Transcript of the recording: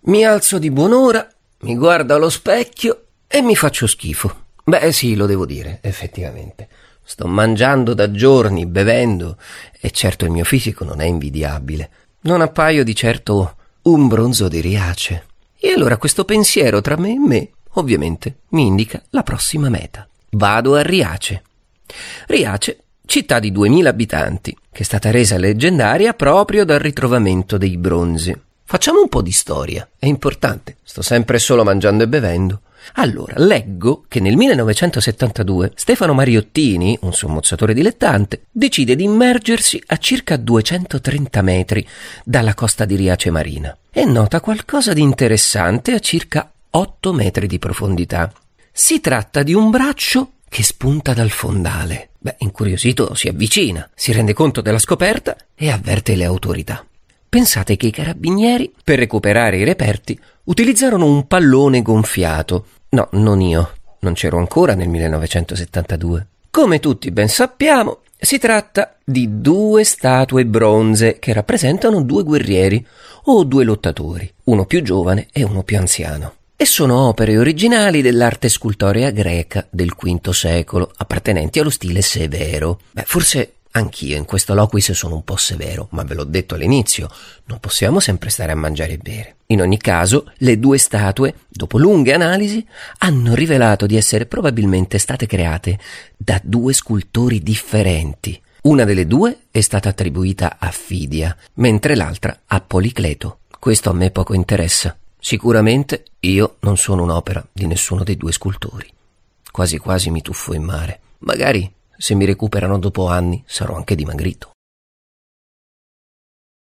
Mi alzo di buon'ora, mi guardo allo specchio e mi faccio schifo. Beh sì, lo devo dire, effettivamente. Sto mangiando da giorni, bevendo, e certo il mio fisico non è invidiabile. Non appaio di certo un bronzo di Riace. E allora questo pensiero tra me e me, ovviamente, mi indica la prossima meta. Vado a Riace. Riace, città di 2000 abitanti, che è stata resa leggendaria proprio dal ritrovamento dei bronzi. Facciamo un po' di storia, è importante, sto sempre solo mangiando e bevendo. Allora, leggo che nel 1972 Stefano Mariottini, un sommozzatore dilettante, decide di immergersi a circa 230 metri dalla costa di Riace Marina e nota qualcosa di interessante a circa 8 metri di profondità. Si tratta di un braccio che spunta dal fondale. Incuriosito si avvicina, si rende conto della scoperta e avverte le autorità. Pensate che i carabinieri, per recuperare i reperti, utilizzarono un pallone gonfiato. No, non io, non c'ero ancora nel 1972. Come tutti ben sappiamo, si tratta di 2 statue bronze che rappresentano 2 guerrieri o 2 lottatori, uno più giovane e uno più anziano. E sono opere originali dell'arte scultorea greca del V secolo, appartenenti allo stile severo. Forse anch'io in questo loquis sono un po' severo, ma ve l'ho detto all'inizio, non possiamo sempre stare a mangiare e bere. In ogni caso, le 2 statue, dopo lunghe analisi, hanno rivelato di essere probabilmente state create da 2 scultori differenti. Una delle 2 è stata attribuita a Fidia, mentre l'altra a Policleto. Questo a me poco interessa. Sicuramente io non sono un'opera di nessuno dei 2 scultori. Quasi quasi mi tuffo in mare. Magari, se mi recuperano dopo anni, sarò anche dimagrito.